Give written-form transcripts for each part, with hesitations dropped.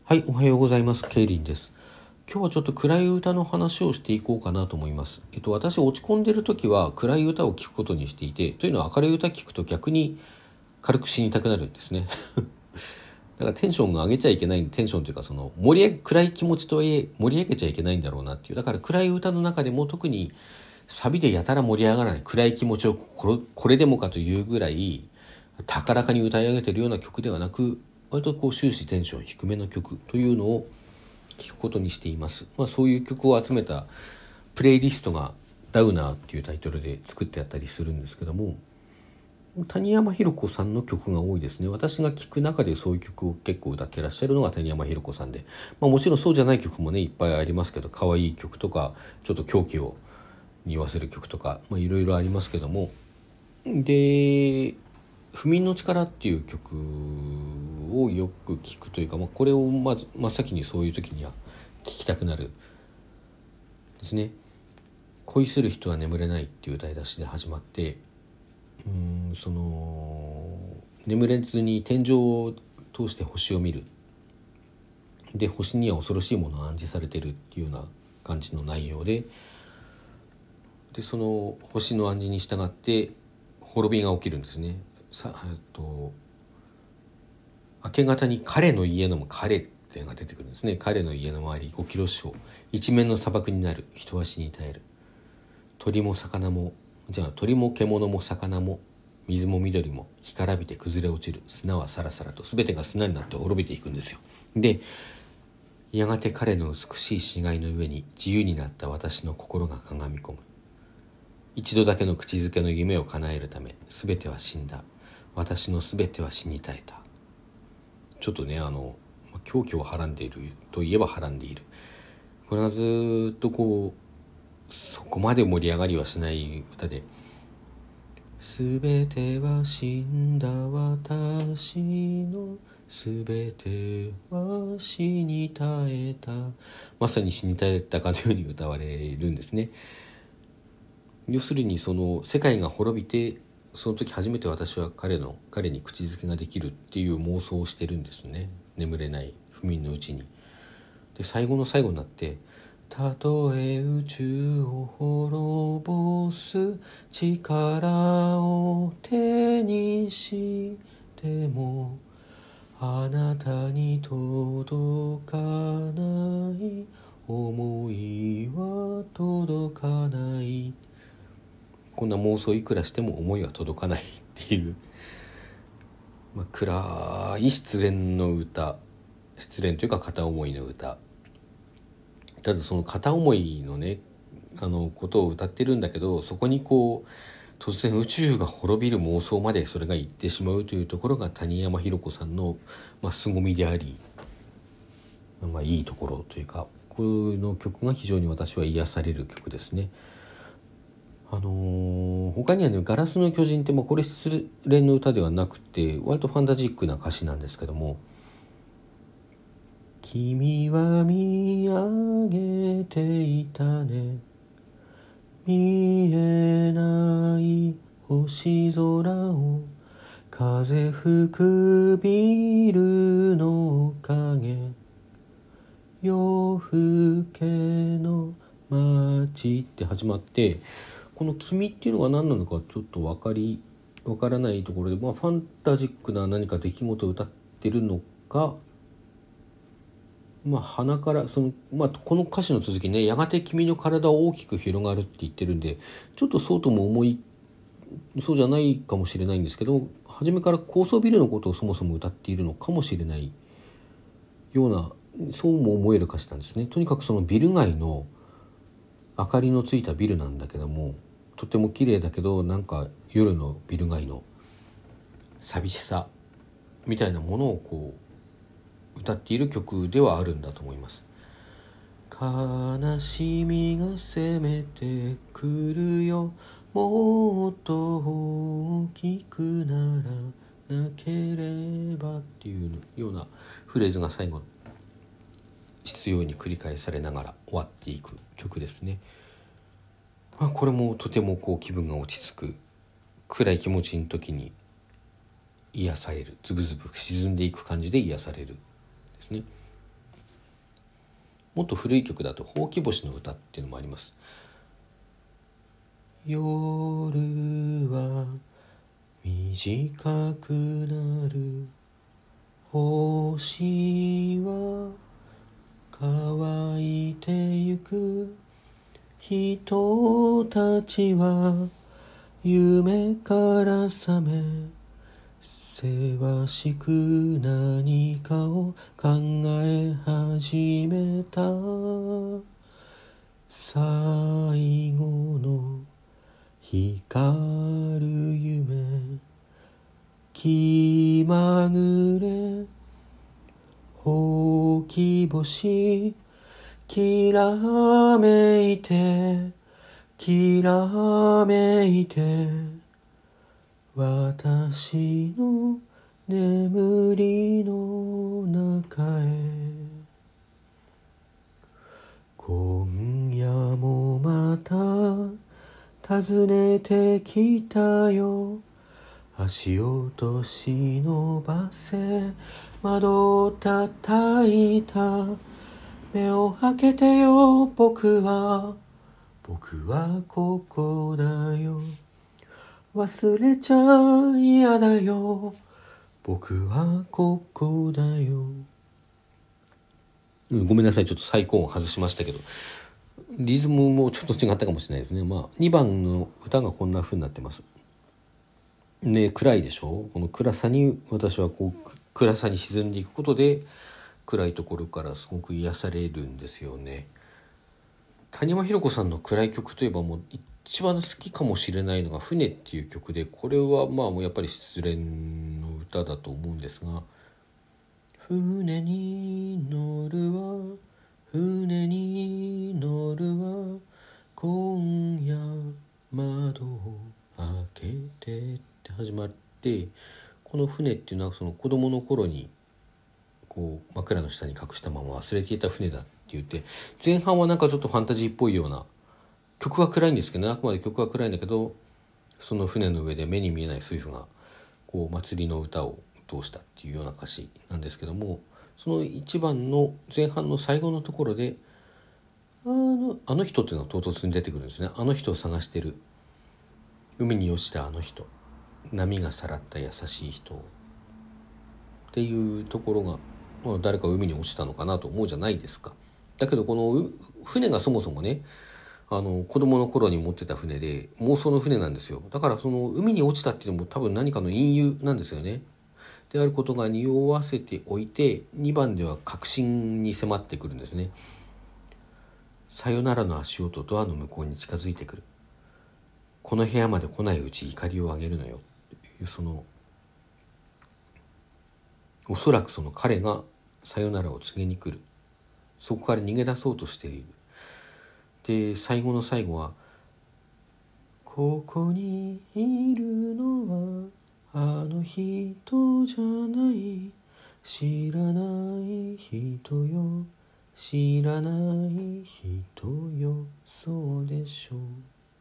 はい、おはようございます。ケイリンです。今日はちょっと暗い歌の話をしていこうかなと思います。私落ち込んでる時は暗い歌を聴くことにしていて、というのは明るい歌聴くと逆に軽く死にたくなるんですね。だからテンションが上げちゃいけない、テンションというか暗い気持ちとはいえ盛り上げちゃいけないんだろうなっていう。だから暗い歌の中でも特にサビでやたら盛り上がらない暗い気持ちをこれでもかというぐらい高らかに歌い上げているような曲ではなく、割と終始テンション低めの曲というのを聴くことにしています。そういう曲を集めたプレイリストがダウナーっていうタイトルで作ってあったりするんですけども、谷山ひろ子さんの曲が多いですね。私が聴く中でそういう曲を結構歌ってらっしゃるのが谷山ひろ子さんで、もちろんそうじゃない曲もねいっぱいありますけど、可愛い曲とかちょっと狂気を匂わせる曲とかいろいろありますけども、で不眠の力っていう曲をよく聞くというか、これを真っ先にそういう時には聞きたくなるですね。恋する人は眠れないっていう歌い出しで始まって、眠れずに天井を通して星を見る、で星には恐ろしいものが暗示されているっていうような感じの内容で、その星の暗示に従って滅びが起きるんですね。明け方に彼の家の彼っていうのが出てくるんですね。彼の家の周り5キロ四方、一面の砂漠になる、人は死に絶える。鳥も獣も魚も水も緑も干からびて崩れ落ちる。砂はさらさらと全てが砂になって滅びていくんですよ。でやがて彼の美しい死骸の上に自由になった私の心が鏡み込む。一度だけの口づけの夢を叶えるため全ては死んだ。私の全ては死に絶えた。ちょっとね狂気をはらんでいるといえばはらんでいる。これはずっとそこまで盛り上がりはしない歌で、全ては死んだ私の全ては死に絶えた、まさに死に絶えたかのように歌われるんですね。要するに世界が滅びて、その時初めて私は彼に口づけができるっていう妄想をしてるんですね。眠れない不眠のうちに。で最後の最後になって、たとえ宇宙を滅ぼす力を手にしてもあなたに届かない思いは届かない。こんな妄想いくらしても思いは届かないっていう、暗い失恋の歌、失恋というか片思いの歌。ただその片思いのねことを歌ってるんだけど、そこに突然宇宙が滅びる妄想までそれがいってしまうというところが谷山ひろ子さんの凄みであり、いいところというか、この曲が非常に私は癒される曲ですね。他にはね、ガラスの巨人ってこれ失恋の歌ではなくて割とファンタジックな歌詞なんですけども、君は見上げていたね、見えない星空を、風吹くビルの影、夜更けの街って始まって、この君っていうのが何なのかちょっとわからないところで、ファンタジックな何か出来事を歌ってるのか、鼻からこの歌詞の続きね、やがて君の体は大きく広がるって言ってるんで、ちょっとそうともそうじゃないかもしれないんですけど、初めから高層ビルのことをそもそも歌っているのかもしれないような、そうも思える歌詞なんですね。とにかくそのビル街の明かりのついたビルなんだけども、とても綺麗だけど、夜のビル街の寂しさみたいなものを歌っている曲ではあるんだと思います。悲しみが攻めてくるよ、もっと大きくならなければっていうようなフレーズが最後必要に繰り返されながら終わっていく曲ですね。これもとても気分が落ち着く、暗い気持ちの時に癒される、ズブズブ沈んでいく感じで癒されるですね。 もっと古い曲だとほうき星の歌っていうのもあります。夜は短くなる、星は乾いてゆく、人たちは夢から覚め、せわしく何かを考え始めた。最後の光る夢、気まぐれほうき星、きらめいてきらめいて、私の眠りの中へ。今夜もまた訪ねてきたよ、足音忍ばせ窓叩いた、目を開けてよ、僕はここだよ、忘れちゃ嫌だよ、僕はここだよ。ごめんなさい、ちょっと最高音外しましたけど、リズムもちょっと違ったかもしれないですね。2番の歌がこんな風になってますね。暗いでしょ。この暗さに私は暗さに沈んでいくことで、暗いところからすごく癒されるんですよね。谷山ひ子さんの暗い曲といえば、もう一番好きかもしれないのが船っていう曲で、これはもうやっぱり失恋の歌だと思うんですが、船に乗るわ船に乗るわ、今夜窓を開けてって始まって、この船っていうのはその子供の頃に枕の下に隠したまま忘れていた船だって言って、前半はなんかちょっとファンタジーっぽいような、曲は暗いんですけどね、あくまで曲は暗いんだけど、その船の上で目に見えない水夫が祭りの歌を通したっていうような歌詞なんですけども、その一番の前半の最後のところであの人っていうのが唐突に出てくるんですね。あの人を探してる、海に落ちたあの人、波がさらった優しい人っていうところが、誰か海に落ちたのかなと思うじゃないですか。だけどこの船がそもそもね、子供の頃に持ってた船で、妄想の船なんですよ。だからその海に落ちたっていうのも多分何かの隠喩なんですよね。であることが匂わせておいて、2番では確信に迫ってくるんですね。さよならの足音、ドアの向こうに近づいてくる、この部屋まで来ないうち怒りをあげるのよっていう、おそらくその彼がさよならを告げに来る、そこから逃げ出そうとしている。で最後の最後は、ここにいるのはあの人じゃない、知らない人よ、知らない人よ、そうでしょう、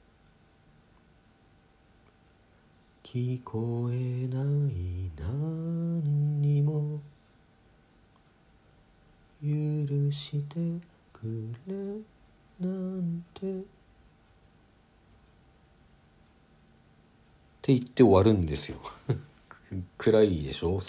聞こえない何にも許してくれなんてって言って終わるんですよ暗いでしょ。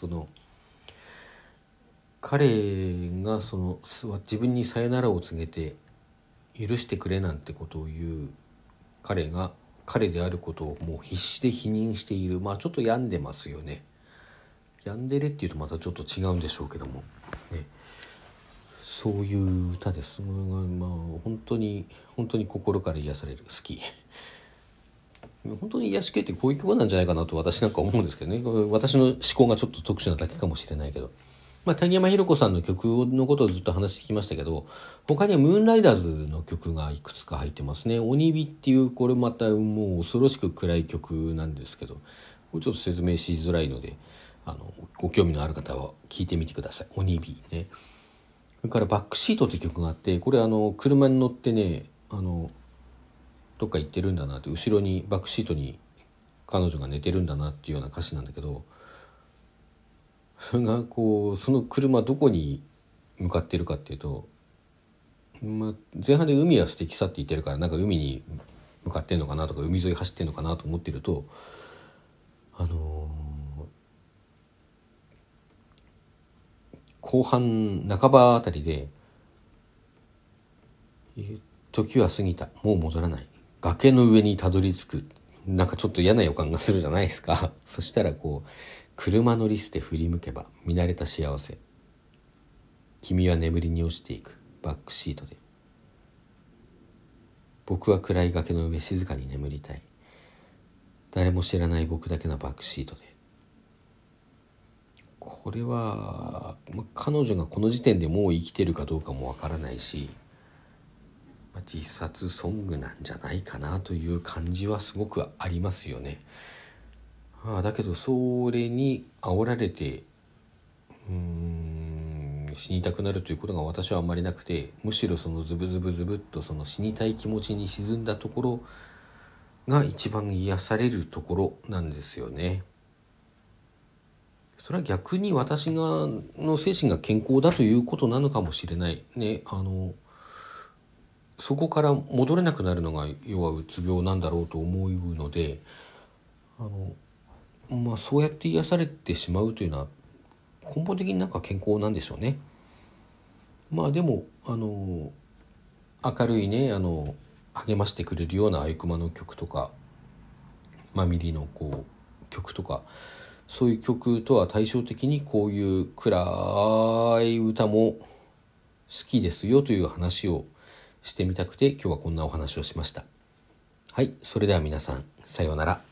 彼が自分にさよならを告げて許してくれなんてことを言う彼が彼であることをもう必死で否認している。ちょっと病んでますよね。病んでるっていうとまたちょっと違うんでしょうけども、ね、そういう歌です。本当に心から癒される、好き。本当に癒し系ってこういう曲なんじゃないかなと私なんか思うんですけどね。私の思考がちょっと特殊なだけかもしれないけど、谷山ひ子さんの曲のことをずっと話してきましたけど、他にはムーンライダーズの曲がいくつか入ってますね。鬼火っていう、これまたもう恐ろしく暗い曲なんですけど、これちょっと説明しづらいので、ご興味のある方は聞いてみてください。鬼火ね。それからバックシートっていう曲があって、これ車に乗ってね、どっか行ってるんだなって、後ろにバックシートに彼女が寝てるんだなっていうような歌詞なんだけど、それがその車どこに向かってるかっていうと、 前半で海は素敵さって言ってるから、なんか海に向かってんのかなとか海沿い走ってんのかなと思ってると、後半半ばあたりで時は過ぎた、もう戻らない、崖の上にたどり着く、なんかちょっと嫌な予感がするじゃないですか。そしたら車乗り捨て振り向けば見慣れた幸せ、君は眠りに落ちていくバックシートで、僕は暗い崖の上静かに眠りたい、誰も知らない僕だけのバックシートで。これは、彼女がこの時点でもう生きてるかどうかもわからないし、自殺ソングなんじゃないかなという感じはすごくありますよね。だけどそれに煽られて死にたくなるということが私はあんまりなくて、むしろそのズブズブズブっとその死にたい気持ちに沈んだところが一番癒されるところなんですよね。それは逆に私の精神が健康だということなのかもしれないね。そこから戻れなくなるのが要はうつ病なんだろうと思うので、そうやって癒されてしまうというのは根本的になんか健康なんでしょうね。でも明るいね、励ましてくれるようなあゆくまの曲とかミリの曲とか、そういう曲とは対照的にこういう暗い歌も好きですよという話をしてみたくて、今日はこんなお話をしました。はい、それでは皆さんさようなら。